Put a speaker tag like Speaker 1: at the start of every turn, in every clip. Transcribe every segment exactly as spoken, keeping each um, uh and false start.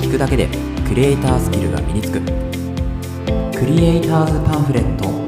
Speaker 1: 聞くだけでクリエイタースキルが身につくクリエイターズパンフレット。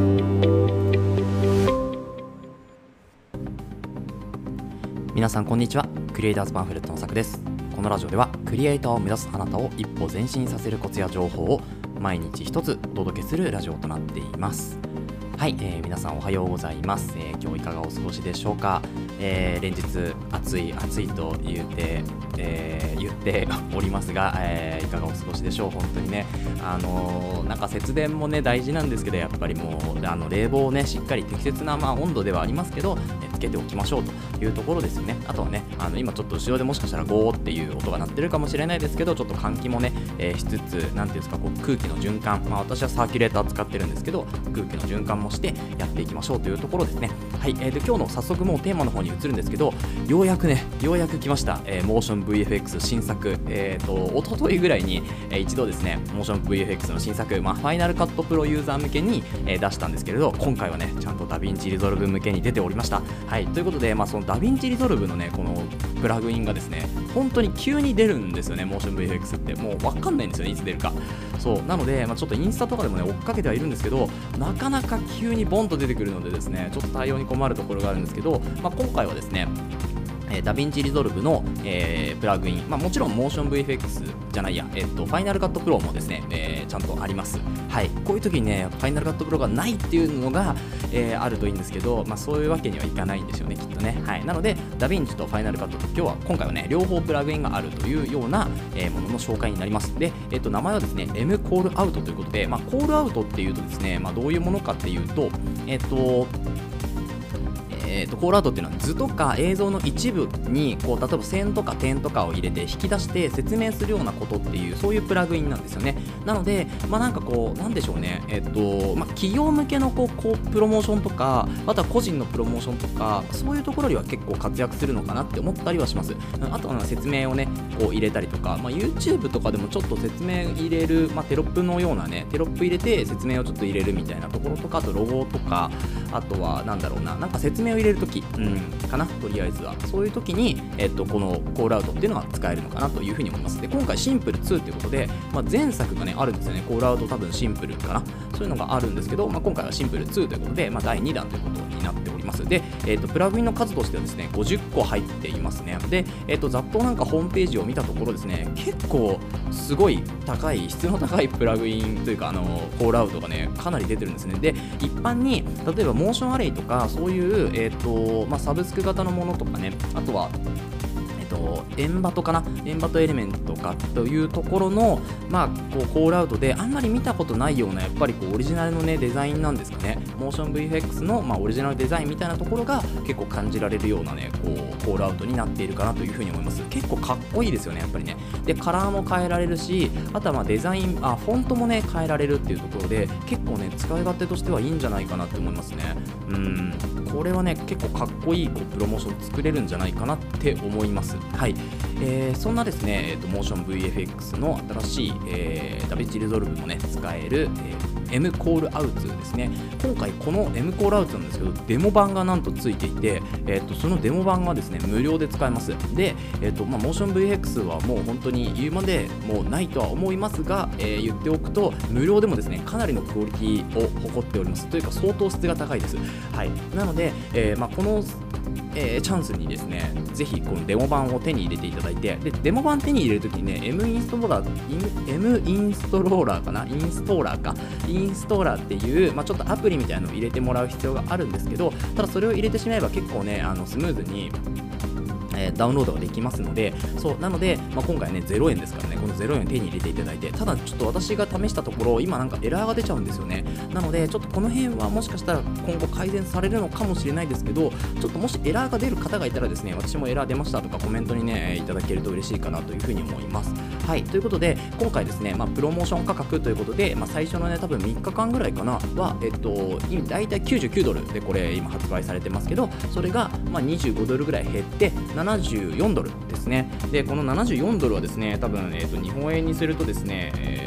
Speaker 1: 皆さんこんにちは。クリエイターズパンフレットのさくです。このラジオではクリエイターを目指すあなたを一歩前進させるコツや情報を毎日一つお届けするラジオとなっています。はい、えー、皆さんおはようございます。えー、今日いかがお過ごしでしょうか。えー、連日暑い暑いと言って、えー、言っておりますが、えー、いかがお過ごしでしょう。本当にね、あのー、なんか節電もね大事なんですけど、やっぱりもうあの冷房をねしっかり適切な、まあ、温度ではありますけど、えー、つけておきましょうというところですよね。あとはね、あの今ちょっと後ろでもしかしたらゴーっていう音が鳴ってるかもしれないですけど、ちょっと換気もね、えー、しつつ、なんていうんですか、こう空気の循環、まあ、私はサーキュレーター使ってるんですけど、空気の循環もしてやっていきましょうというところですね。はい、えー、で今日の早速もうテーマの方に移るんですけど、ようやくねようやく来ました、えー、モーション ブイエフエックス 新作、えーと一昨日ぐらいに、えー、一度ですねモーション ブイエフエックス の新作、まあ、ファイナルカットプロユーザー向けに、えー、出したんですけれど、今回はねちゃんとダヴィンチリゾルブ向けに出ておりました。はい、ということで、まあ、そのダヴィンチリゾルブのねこのプラグインがですね本当に急に出るんですよね。モーション ブイエフエックス ってもう分かんないんですよね、いつ出るか。そうなので、まあ、ちょっとインスタとかでもね追っかけてはいるんですけど、なかなか急にボンと出てくるのでですね、ちょっと対応に困るところがあるんですけど、まあ、今回はですねえー、ダヴィンチリゾルブの、えー、プラグイン、まあ、もちろんモーション ブイエフエックス じゃないや、えー、とファイナルカットプロもですね、えー、ちゃんとあります。はい、こういう時にねファイナルカットプロがないっていうのが、えー、あるといいんですけど、まあ、そういうわけにはいかないんですよね、きっとね。はい、なのでダヴィンチとファイナルカットと今日は今回はね両方プラグインがあるというような、えー、ものの紹介になります。で、えー、と名前はですね M コールアウトということで、まあ、コールアウトっていうとですね、まあ、どういうものかっていうと、えっ、ー、とえー、とコールアウトっていうのは図とか映像の一部にこう例えば線とか点とかを入れて引き出して説明するようなことっていう、そういうプラグインなんですよね。なので、まあ、なんかこうなんでしょうね、えっ、ー、とまあ、企業向けのこうこうプロモーションとか、あとは個人のプロモーションとか、そういうところには結構活躍するのかなって思ったりはします。あとは説明をねこう入れたりとか、まあ、YouTube とかでもちょっと説明入れる、まあ、テロップのようなねテロップ入れて説明をちょっと入れるみたいなところとか、あとロゴとか、あとはなんだろうな、なんか説明を入れるとき、うんかな、とりあえずはそういうときに、えっと、このコールアウトっていうのは使えるのかなというふうに思います。で、今回シンプルツーということで、まあ、前作がねあるんですよね。コールアウト多分シンプルかな、そういうのがあるんですけど、まあ、今回はシンプルツーということで、まあ、だいにだんということになっております。で、えっと、プラグインの数としてはですねごじゅっこ入っていますね。で、えっと、ざっとなんかホームページを見たところですね、結構すごい高い質の高いプラグインというか、あのコールアウトがねかなり出てるんですね。で、一般に例えばモーションアレイとかそういう、えっとまあ、サブスク型のものとかね、あとはエンバトかな、エンバトエレメントかというところの、まあ、こうコールアウトであんまり見たことないようなやっぱりこうオリジナルの、ね、デザインなんですかね。モーション ブイエフエックス の、まあ、オリジナルデザインみたいなところが結構感じられるようなねこうコールアウトになっているかなというふうに思います。結構かっこいいですよね、やっぱりね。で、カラーも変えられるし、あとはまあデザインあフォントもね変えられるっていうところで、結構ね使い勝手としてはいいんじゃないかなって思いますね。うんこれはね結構かっこいいこうプロモーション作れるんじゃないかなって思います。はい、えー、そんなですね、えーと、モーション ブイエフエックス の新しい、えー、ダヴィンチリゾルブもね使える、えー、M コールアウトですね。今回この M コールアウトなんですけど、デモ版がなんとついていて、えーと、そのデモ版がですね無料で使えます。で、えーとまあ、モーション ブイエフエックス はもう本当に言うまでもうないとは思いますが、えー、言っておくと無料でもですねかなりのクオリティを誇っております。というか相当質が高いです。はい、なので、えーまあ、このえー、チャンスにですねぜひこのデモ版を手に入れていただいて、でデモ版手に入れるときにね M インストローラー M インストローラーかなインストーラーかインストーラーっていう、まあ、ちょっとアプリみたいなのを入れてもらう必要があるんですけど、ただそれを入れてしまえば結構ねあのスムーズにえー、ダウンロードができますので、そうなので、まあ、今回ねゼロえんですからね、このゼロえんを手に入れていただいて、ただちょっと私が試したところ今なんかエラーが出ちゃうんですよね。なのでちょっとこの辺はもしかしたら今後改善されるのかもしれないですけど、ちょっともしエラーが出る方がいたらですね、私もエラー出ましたとかコメントにねいただけると嬉しいかなというふうに思います。はい、ということで今回ですね、まあ、プロモーション価格ということで、まあ、最初のね多分みっかかんぐらいかなは、えっと、だいたいきゅうじゅうきゅうドルでこれ今発売されてますけど、それがまあにじゅうごドルぐらい減ってななじゅうよんドルですね。でこのななじゅうよんドルはですね多分、えっと、日本円にするとですね、えっと、どれぐ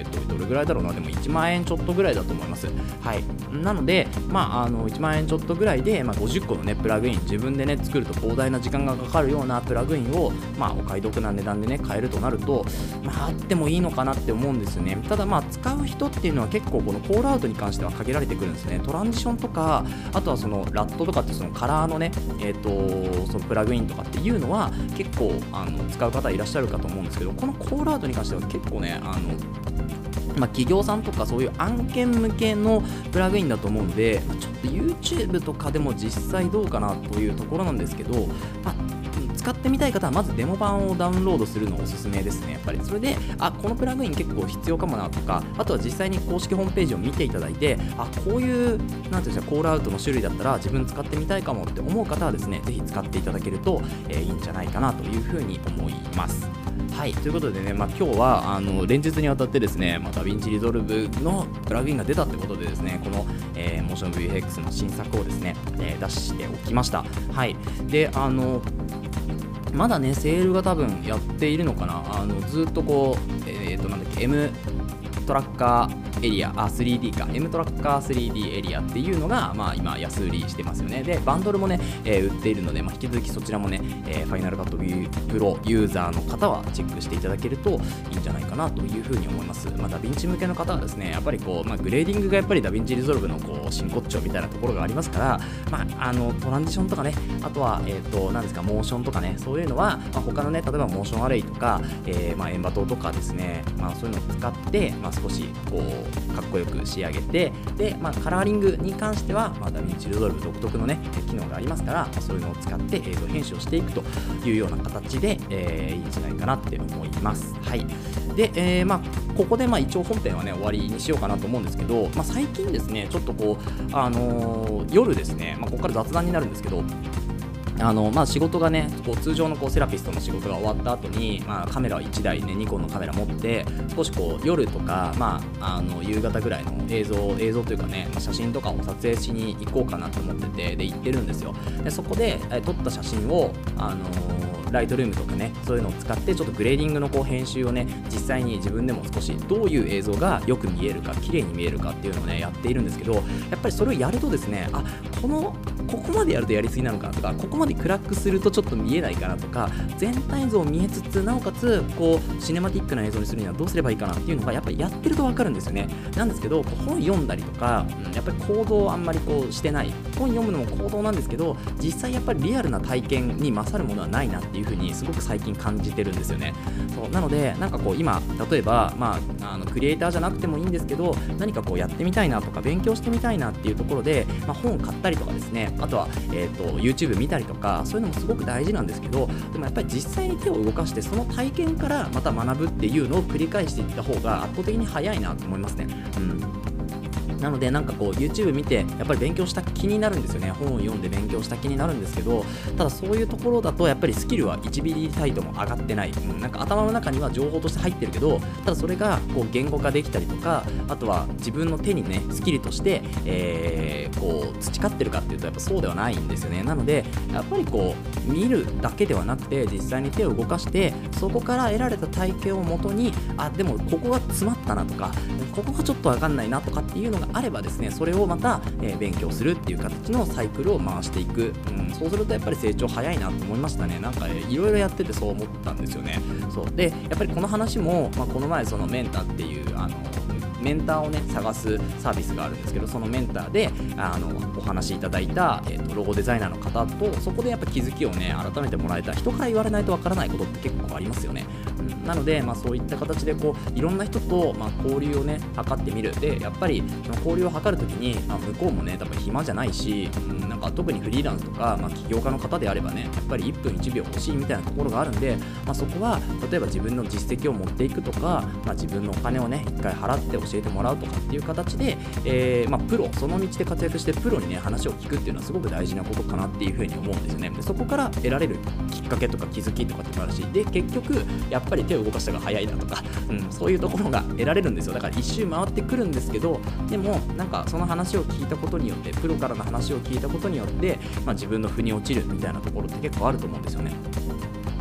Speaker 1: ぐらいだろうな、でもいちまんえんちょっとぐらいだと思います。はい。なので、まあ、あのいちまんえんちょっとぐらいで、まあ、ごじゅっこのねプラグイン、自分でね作ると膨大な時間がかかるようなプラグインを、まあ、お買い得な値段でね買えるとなると、まあ、あってもいいのかなって思うんですよね。ただまあ使う人っていうのは結構このコールアウトに関しては限られてくるんですね。トランジションとか、あとはそのラットとかってそのカラーのね、えー、とそのプラグインとかっていうのは結構あの使う方いらっしゃるかと思うんですけど、このコールアウトに関しては結構ね、あのまあ、企業さんとかそういう案件向けのプラグインだと思うので、まあ、ちょっと YouTube とかでも実際どうかなというところなんですけど、まあ、使ってみたい方はまずデモ版をダウンロードするのをおすすめですね。やっぱりそれで、あ、このプラグイン結構必要かもなとか、あとは実際に公式ホームページを見ていただいて、あ、こういうなんていうんですか、コールアウトの種類だったら自分使ってみたいかもって思う方はですね、ぜひ使っていただけると、えー、いいんじゃないかなというふうに思います。はい、ということでね、まあ、今日はあの連日にわたってですね、まあ、ダヴィンチリゾルブのプラグインが出たってことでですね、この、えー、モーション ブイエフエックス の新作をですね、えー、出しておきました。はい。で、あのまだねセールが多分やっているのかな。あのずっとこう、えー、となんだっけ M トラッカーエリア、あ スリーディー か M トラッカー スリーディー エリアっていうのが、まあ、今安売りしてますよね。でバンドルもね、えー、売っているので、まあ、引き続きそちらもね、えー、ファイナルカットプロユーザーの方はチェックしていただけるといいんじゃないかなというふうに思います。まあ、ダヴィンチ向けの方はですね、やっぱりこう、まあ、グレーディングがやっぱりダヴィンチリゾルブのこう真骨頂みたいなところがありますから、まあ、あのトランジションとかね、あとは、えー、と何ですかモーションとかね、そういうのは、まあ、他のね、例えばモーションアレイとか、えーまあ、エンバトとかですね、まあ、そういうのを使って、まあ、少しこうかっこよく仕上げて、で、まあ、カラーリングに関しては、まあ、ダヴィンチリゾルブ独特のね機能がありますから、まあ、そういうのを使って映像編集をしていくというような形で、えー、いいんじゃないかなって思います。はい。で、えーまあ、ここでまあ一応本編はね終わりにしようかなと思うんですけど、まあ、最近ですねちょっとこう、あのー、夜ですね、まあ、ここから雑談になるんですけど、あのまあ、仕事がねこう通常のこうセラピストの仕事が終わった後に、まあ、カメラいちだいねニコンのカメラ持って少しこう夜とか、まあ、あの夕方ぐらいの映像映像というかね、まあ、写真とかを撮影しに行こうかなと思ってて、で行ってるんですよ。でそこでえ撮った写真を、あのーライトルームとかね、そういうのを使ってちょっとグレーディングのこう編集をね実際に自分でも少しどういう映像がよく見えるか綺麗に見えるかっていうのをねやっているんですけど、やっぱりそれをやるとですね、あこのここまでやるとやりすぎなのかなとか、ここまで暗くするとちょっと見えないかなとか、全体像を見えつつなおかつこうシネマティックな映像にするにはどうすればいいかなっていうのがやっぱりやってると分かるんですよね。なんですけど本読んだりとか、うん、やっぱり行動をあんまりこうしてない、本読むのも行動なんですけど実際やっぱりリアルな体験に勝るものはないなっていう風にすごく最近感じてるんですよね。そうなのでなんかこう今例えば、まあ、あのクリエイターじゃなくてもいいんですけど、何かこうやってみたいなとか勉強してみたいなっていうところで、まあ、本を買ったりとかですね、あとは、えーと、YouTube 見たりとかそういうのもすごく大事なんですけど、でもやっぱり実際に手を動かしてその体験からまた学ぶっていうのを繰り返していった方が圧倒的に早いなと思いますね。うんなのでなんかこう YouTube 見てやっぱり勉強した気になるんですよね。本を読んで勉強した気になるんですけど、ただそういうところだとやっぱりスキルはいちミリたりとも上がってない、うん、なんか頭の中には情報として入ってるけど、ただそれがこう言語化できたりとか、あとは自分の手にねスキルとして、えー、こう培ってるかっていうとやっぱそうではないんですよね。なのでやっぱりこう見るだけではなくて実際に手を動かしてそこから得られた体験をもとに、あでもここが詰まったなとかここがちょっと分かんないなとかっていうのがあればですね、それをまた、えー、勉強するっていう形のサイクルを回していく、うん、そうするとやっぱり成長早いなと思いましたね。なんかいろいろやっててそう思ったんですよね。そうでやっぱりこの話も、まあ、この前そのメンタっていうあのメンターをね探すサービスがあるんですけど、そのメンターであのお話しいただいた、えーと、ロゴデザイナーの方とそこでやっぱ気づきをね改めてもらえた、人から言われないとわからないことって結構ありますよね。うん、なので、まあ、そういった形でこういろんな人と、まあ、交流をね図ってみる。でやっぱりその交流を図るときに、まあ、向こうもね多分暇じゃないし、うん、なんか特にフリーランスとか、まあ、起業家の方であればねやっぱりいっぷんいちびょう欲しいみたいなところがあるんで、まあ、そこは例えば自分の実績を持っていくとか、まあ、自分のお金をね一回払って教えてもらうとかっていう形で、えーまあ、プロその道で活躍してプロにね話を聞くっていうのはすごく大事なことかなっていうふうに思うんですよね。でそこから得られるきっかけとか気づきとかってもあるし、で結局やっぱり手を動かしたが早いなとか、うん、そういうところが得られるんですよ。だから一周回ってくるんですけど、でもなんかその話を聞いたことによってプロからの話を聞いたことによって、まあ、自分の腑に落ちるみたいなところって結構あると思うんですよね。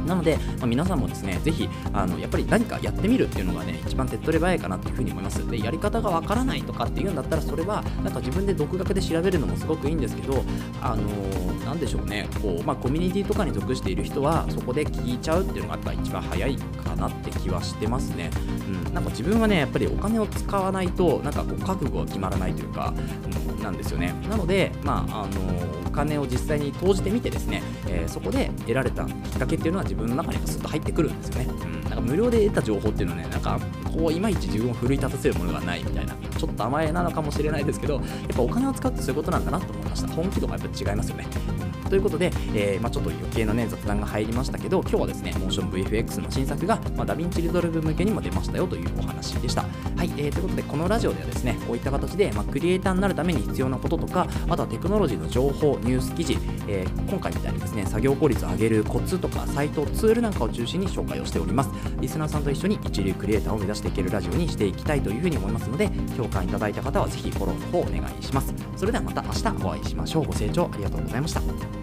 Speaker 1: なので、まあ、皆さんもですね、ぜひあのやっぱり何かやってみるっていうのがね、一番手っ取り早いかなというふうに思います。で、やり方がわからないとかっていうんだったら、それはなんか自分で独学で調べるのもすごくいいんですけど、あのー、なんでしょうね、こう、まあ、コミュニティとかに属している人はそこで聞いちゃうっていうのがやっぱ一番早いかなって気はしてますね。うん、なんか自分はね、やっぱりお金を使わないとなんかこう覚悟が決まらないというか、うん、なんですよね。なので、まああのー、お金を実際に投じてみてですね、えー、そこで得られたきっかけっていうのは自分の中にスッと入ってくるんですよね。うん、なんか無料で得た情報っていうのはね、なんかこういまいち自分を奮い立たせるものがないみたいな、ちょっと甘えなのかもしれないですけど、やっぱお金を使うってそういうことなんだなと思いました。本気度がやっぱり違いますよね。ということで、えーまあ、ちょっと余計な、ね、雑談が入りましたけど、今日はですね、モーション ブイエフエックス の新作が、まあ、ダヴィンチリゾルブ向けにも出ましたよというお話でした。はい、えー、ということで、このラジオではですね、こういった形で、まあ、クリエイターになるために必要なこととか、あとはテクノロジーの情報、ニュース記事、えー、今回みたいにですね、作業効率を上げるコツとか、サイト、ツールなんかを中心に紹介をしております。リスナーさんと一緒に一流クリエイターを目指していけるラジオにしていきたいというふうに思いますので、評価いただいた方はぜひフォローの方お願いします。それではまた明日お会いしましょう。ご清聴ありがとうございました。